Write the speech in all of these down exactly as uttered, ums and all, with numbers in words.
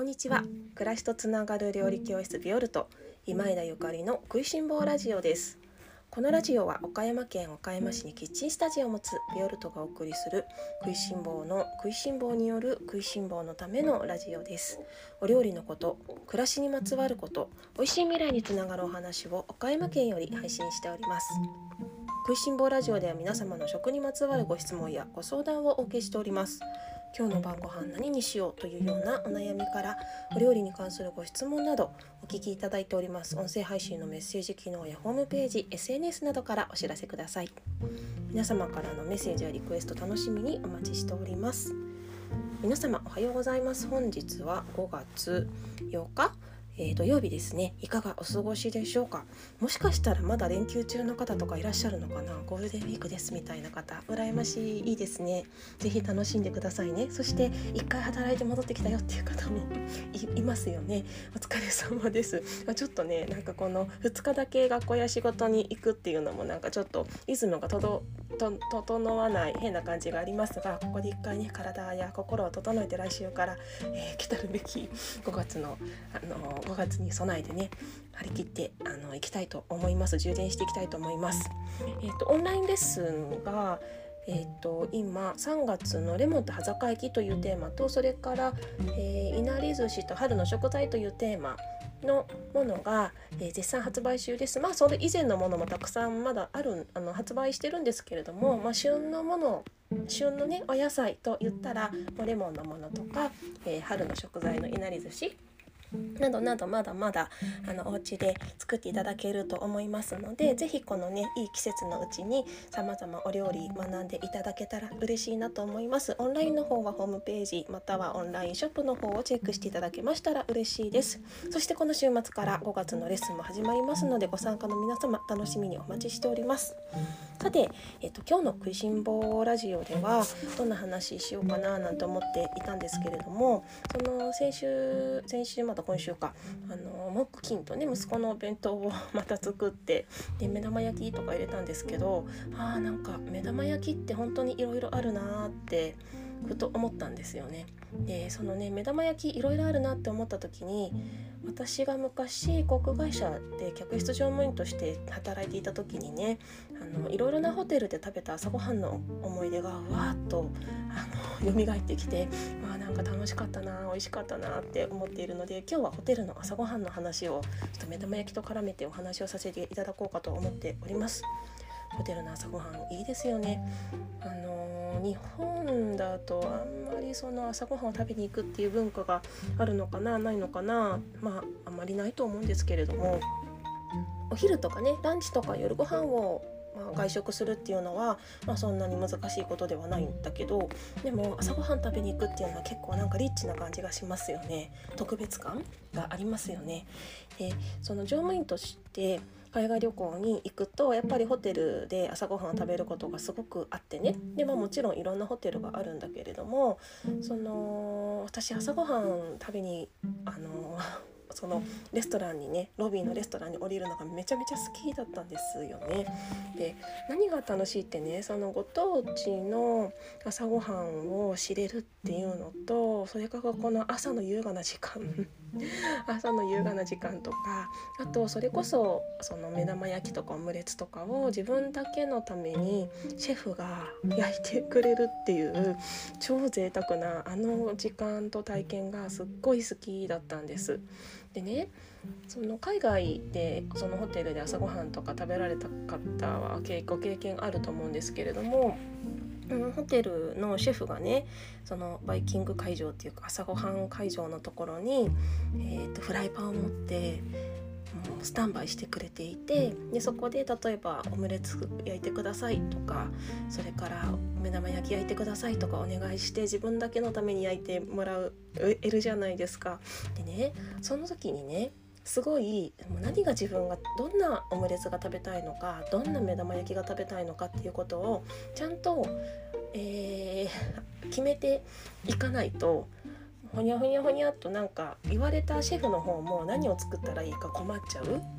んにちは。暮らしとつながる料理教室ビオルト今枝ゆかりの食いしん坊ラジオです。このラジオは岡山県岡山市にキッチンスタジオを持つビオルトがお送りする食いしん坊の食いしん坊による食いしん坊のためのラジオです。お料理のこと、暮らしにまつわること、美味しい未来につながるお話を岡山県より配信しております。食いしん坊ラジオでは皆様の食にまつわるご質問やご相談をお受けしております。今日の晩ご飯何にしようというようなお悩みからお料理に関するご質問などお聞きいただいております。音声配信のメッセージ機能やホームページ、エスエヌエス などからお知らせください。皆様からのメッセージやリクエスト楽しみにお待ちしております。皆様おはようございます。本日はごがつようか、えー、土曜日ですね。いかがお過ごしでしょうか。もしかしたらまだ連休中の方とかいらっしゃるのかな。ゴールデンウィークですみたいな方、羨ましい。いいですね。ぜひ楽しんでくださいね。そしていっかい働いて戻ってきたよっていう方も い, いますよね。お疲れ様です。ちょっとね、なんかこのふつかだけ学校や仕事に行くっていうのもなんかちょっとリズムがとどと整わない変な感じがありますが、ここでいっかいね、体や心を整えて来週から、えー、来たるべきごがつのあのごがつに備えてね、張り切ってあの行きたいと思います。充電していきたいと思います。えーと、オンラインレッスンが、えーと、今さんがつのレモンと葉坂焼きというテーマと、それから、えー、いなり寿司と春の食材というテーマのものが、えー、絶賛発売中です。まあそれ以前のものもたくさんまだあるあの発売してるんですけれども、まあ、旬のもの旬のねお野菜と言ったらレモンのものとか、えー、春の食材のいなり寿司などなどまだまだあのお家で作っていただけると思いますので、ぜひこのねいい季節のうちにさまざまお料理学んでいただけたら嬉しいなと思います。オンラインの方はホームページまたはオンラインショップの方をチェックしていただけましたら嬉しいです。そしてこの週末からごがつのレッスンも始まりますので、ご参加の皆様楽しみにお待ちしております。さて、えっと、今日の食いしん坊ラジオではどんな話しようかななんて思っていたんですけれども、その先週先週また今週かあの木金とね息子のお弁当をまた作って、で目玉焼きとか入れたんですけど、あーなんか目玉焼きって本当にいろいろあるなってふと思ったんですよね。でそのね目玉焼きいろいろあるなって思った時に、私が昔航空会社で客室乗務員として働いていた時にね、あのいろいろなホテルで食べた朝ごはんの思い出がわーっとあの蘇ってきて、まあなんか楽しかったな、美味しかったなって思っているので、今日はホテルの朝ごはんの話をちょっと目玉焼きと絡めてお話をさせていただこうかと思っております。ホテルの朝ごはんいいですよね。あの日本だとあんまりその朝ごはんを食べに行くっていう文化があるのかなないのかな、まああんまりないと思うんですけれども、お昼とかねランチとか夜ご飯をまあ、外食するっていうのは、まあ、そんなに難しいことではないんだけど、でも朝ごはん食べに行くっていうのは結構なんかリッチな感じがしますよね。特別感がありますよね。でその乗務員として海外旅行に行くとやっぱりホテルで朝ごはんを食べることがすごくあってね。で、まあ、もちろんいろんなホテルがあるんだけれども、その私朝ごはん食べにあのそのレストランにねロビーのレストランに降りるのがめちゃめちゃ好きだったんですよね。で何が楽しいってね、そのご当地の朝ごはんを知れるっていうのと、それからこの朝の優雅な時間朝の優雅な時間とか、あとそれこそその目玉焼きとかオムレツとかを自分だけのためにシェフが焼いてくれるっていう超贅沢なあの時間と体験がすっごい好きだったんです。でね、その海外でそのホテルで朝ごはんとか食べられた方はご経験あると思うんですけれども、うん、ホテルのシェフがね、そのバイキング会場っていうか朝ごはん会場のところに、えーと、フライパンを持ってもうスタンバイしてくれていて、でそこで例えばオムレツ焼いてくださいとか、それから目玉焼き焼いてくださいとかお願いして、自分だけのために焼いてもらうえるじゃないですか。でね、その時にねすごい何が自分がどんなオムレツが食べたいのか、どんな目玉焼きが食べたいのかっていうことをちゃんと、えー、決めていかないと、ほにゃほにゃほにゃっとなんか言われたシェフの方も何を作ったらいいか困っちゃう。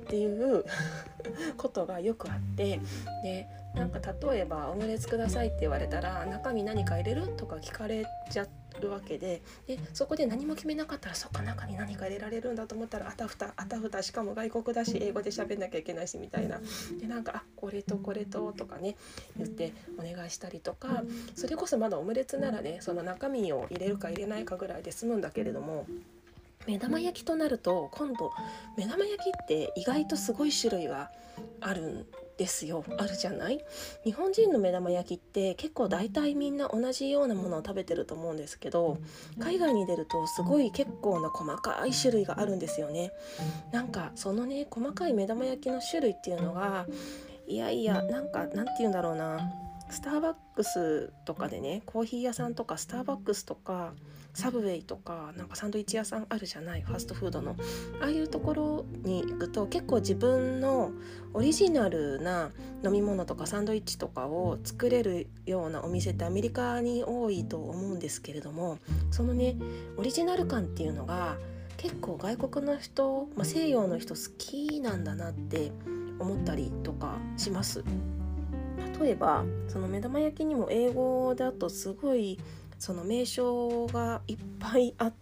っていうことがよくあって、でなんか例えばオムレツくださいって言われたら中身何か入れるとか聞かれちゃうわけで、でそこで何も決めなかったら、そっか中に何か入れられるんだと思ったらあたふたあたふた、しかも外国だし英語で喋んなきゃいけないしみたいな、でなんかあこれとこれととかね言ってお願いしたりとか、それこそまだオムレツならねその中身を入れるか入れないかぐらいで済むんだけれども、目玉焼きとなると今度目玉焼きって意外とすごい種類があるんですよ。あるじゃない。日本人の目玉焼きって結構大体みんな同じようなものを食べてると思うんですけど、海外に出るとすごい結構な細かい種類があるんですよね。なんかそのね細かい目玉焼きの種類っていうのがいやいやなんかなんて言うんだろうな、スターバックスとかでね、コーヒー屋さんとかスターバックスとかサブウェイとかなんかサンドイッチ屋さんあるじゃない、ファストフードのああいうところに行くと結構自分のオリジナルな飲み物とかサンドイッチとかを作れるようなお店ってアメリカに多いと思うんですけれども、そのねオリジナル感っていうのが結構外国の人、まあ、西洋の人好きなんだなって思ったりとかします。例えばその目玉焼きにも英語だとすごいその名称がいっぱいあって、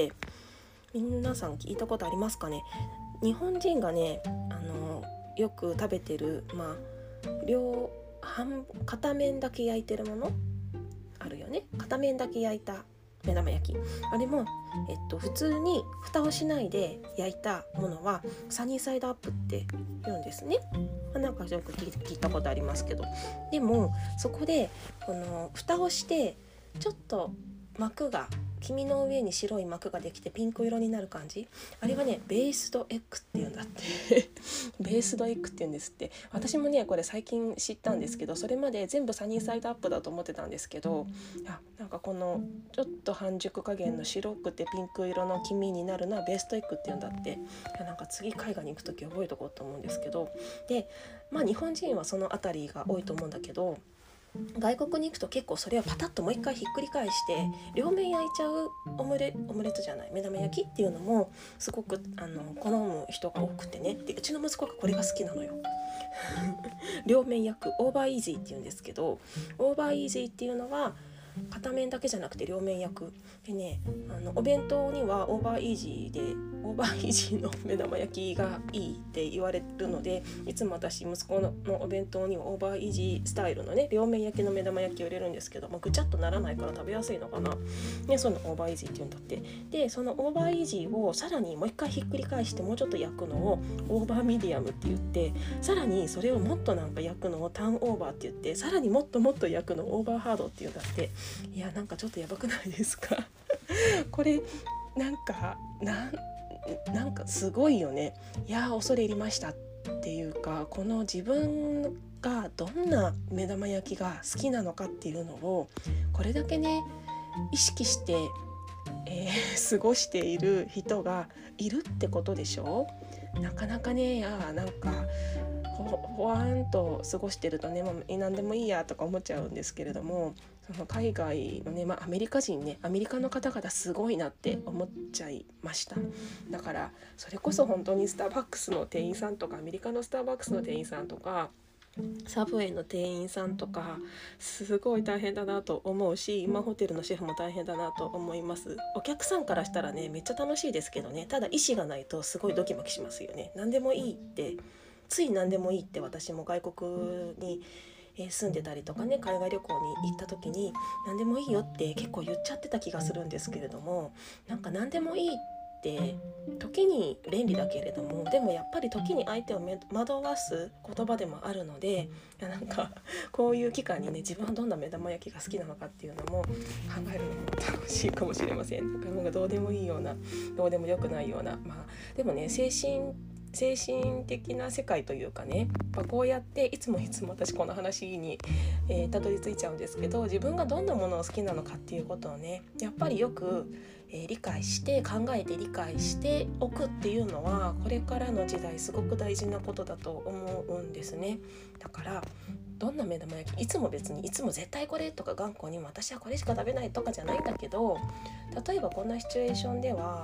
皆さん聞いたことありますかね。日本人がねあのよく食べてる、まあ両半片面だけ焼いてるものあるよね。片面だけ焼いた目玉焼き、あれも、えっと、普通に蓋をしないで焼いたものはサニーサイドアップって言うんですね。なんかよく聞いたことありますけど、でもそこでこの蓋をしてちょっと膜が黄身の上に白い膜ができてピンク色になる感じ、あれはねベースドエッグっていうんだってベースドエッグって言うんですって。私もねこれ最近知ったんですけど、それまで全部サニーサイドアップだと思ってたんですけど、いやなんかこのちょっと半熟加減の白くてピンク色の黄身になるのはベースドエッグって言うんだって。いやなんか次海外に行くとき覚えとこうと思うんですけど、でまあ日本人はそのあたりが多いと思うんだけど、外国に行くと結構それをパタッともう一回ひっくり返して両面焼いちゃうオムレオムレツじゃない目玉焼きっていうのもすごくあの好む人が多くてね。でうちの息子がこれが好きなのよ両面焼くオーバーイージーっていうんですけど、オーバーイージーっていうのは片面だけじゃなくて両面焼くでね、あのお弁当にはオーバーイージーでオーバーイージーの目玉焼きがいいって言われるので、いつも私息子 の, のお弁当にはオーバーイージースタイルのね両面焼きの目玉焼きを入れるんですけど、まあ、ぐちゃっとならないから食べやすいのかな、ね、そのオーバーイージーって言うんだって。でそのオーバーイージーをさらにもう一回ひっくり返してもうちょっと焼くのをオーバーミディアムって言って、さらにそれをもっとなんか焼くのをターンオーバーって言って、さらにもっともっと焼くのをオーバーハードって言うんだって。いやなんかちょっとやばくないですかこれなんかななんかすごいよね。いや恐れ入りましたっていうか、この自分がどんな目玉焼きが好きなのかっていうのをこれだけね意識して、えー、過ごしている人がいるってことでしょ。なかなかね、あなんかほ, ほわんと過ごしてるとね、もう何でもいいやとか思っちゃうんですけれども、その海外のね、まあ、アメリカ人ねアメリカの方々すごいなって思っちゃいました。だからそれこそ本当にスターバックスの店員さんとかアメリカのスターバックスの店員さんとかサブウェイの店員さんとかすごい大変だなと思うし、今ホテルのシェフも大変だなと思います。お客さんからしたらねめっちゃ楽しいですけどね、ただ意思がないとすごいドキマキしますよね。何でもいいってつい何でもいいって私も外国に住んでたりとかね、海外旅行に行った時に何でもいいよって結構言っちゃってた気がするんですけれども、なんか何でもいいって時に便利だけれども、でもやっぱり時に相手を惑わす言葉でもあるので、なんかこういう機会にね自分はどんな目玉焼きが好きなのかっていうのも考えるのも楽しいかもしれません。なんかどうでもいいようなどうでもよくないような、まあでもね精神精神的な世界というかね、まあ、こうやっていつもいつも私この話に、えー、たどり着いちゃうんですけど、自分がどんなものを好きなのかっていうことをねやっぱりよく、えー、理解して考えて理解しておくっていうのはこれからの時代すごく大事なことだと思うんですね。だからどんな目玉焼きいつも別にいつも絶対これとか頑固にも私はこれしか食べないとかじゃないんだけど、例えばこんなシチュエーションではこん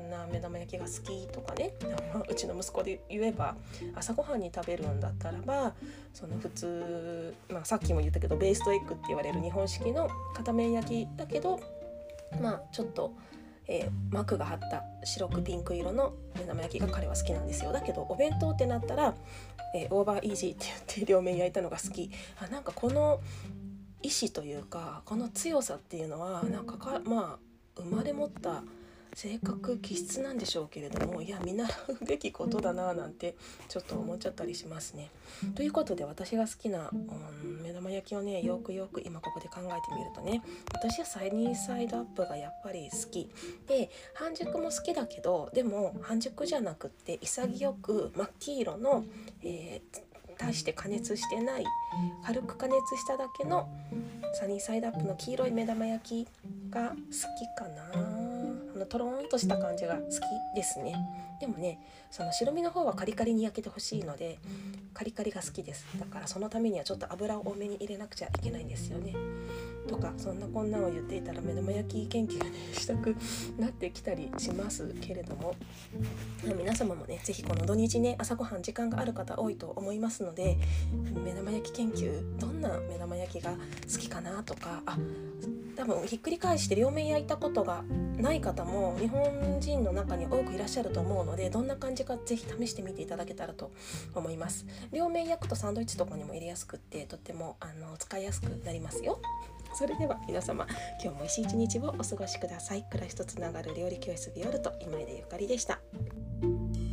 んな目玉焼きが好きとかねうちの息子で言えば朝ごはんに食べるんだったらばその普通、まあ、さっきも言ったけどベーストエッグって言われる日本式の片面焼きだけどまあちょっと、えー、膜が張った白くピンク色の目玉焼きが彼は好きなんですよ。だけどお弁当ってなったら、えー、オーバーイージーって言って両面焼いたのが好き。あなんかこの意志というかこの強さっていうのはなんかかまあ生まれ持った性格気質なんでしょうけれども、いや見習うべきことだななんてちょっと思っちゃったりしますね。ということで私が好きな、うん、目玉焼きをねよくよく今ここで考えてみるとね、私はサニーサイドアップがやっぱり好きで、半熟も好きだけどでも半熟じゃなくって潔く真っ黄色の、えー大して加熱してない軽く加熱しただけのサニーサイドアップの黄色い目玉焼きが好きかな。あのトローンとした感じが好きですね。でもねその白身の方はカリカリに焼けてほしいのでカリカリが好きです。だからそのためにはちょっと油を多めに入れなくちゃいけないんですよねとか、そんなこんなを言っていたら目玉焼き研究、ね、したくなってきたりしますけれども、皆様もねぜひこの土日ね朝ごはん時間がある方多いと思いますので、目玉焼き研究どんな目玉焼きが好きかなとか、あ多分ひっくり返して両面焼いたことがない方も日本人の中に多くいらっしゃると思うので、どんな感じかぜひ試してみていただけたらと思います。両面焼くとサンドイッチとかにも入れやすくってとってもあの使いやすくなりますよ。それでは皆様今日も美味しい一日をお過ごしください。暮らしとつながる料理教室ビオルト今井でゆかりでした。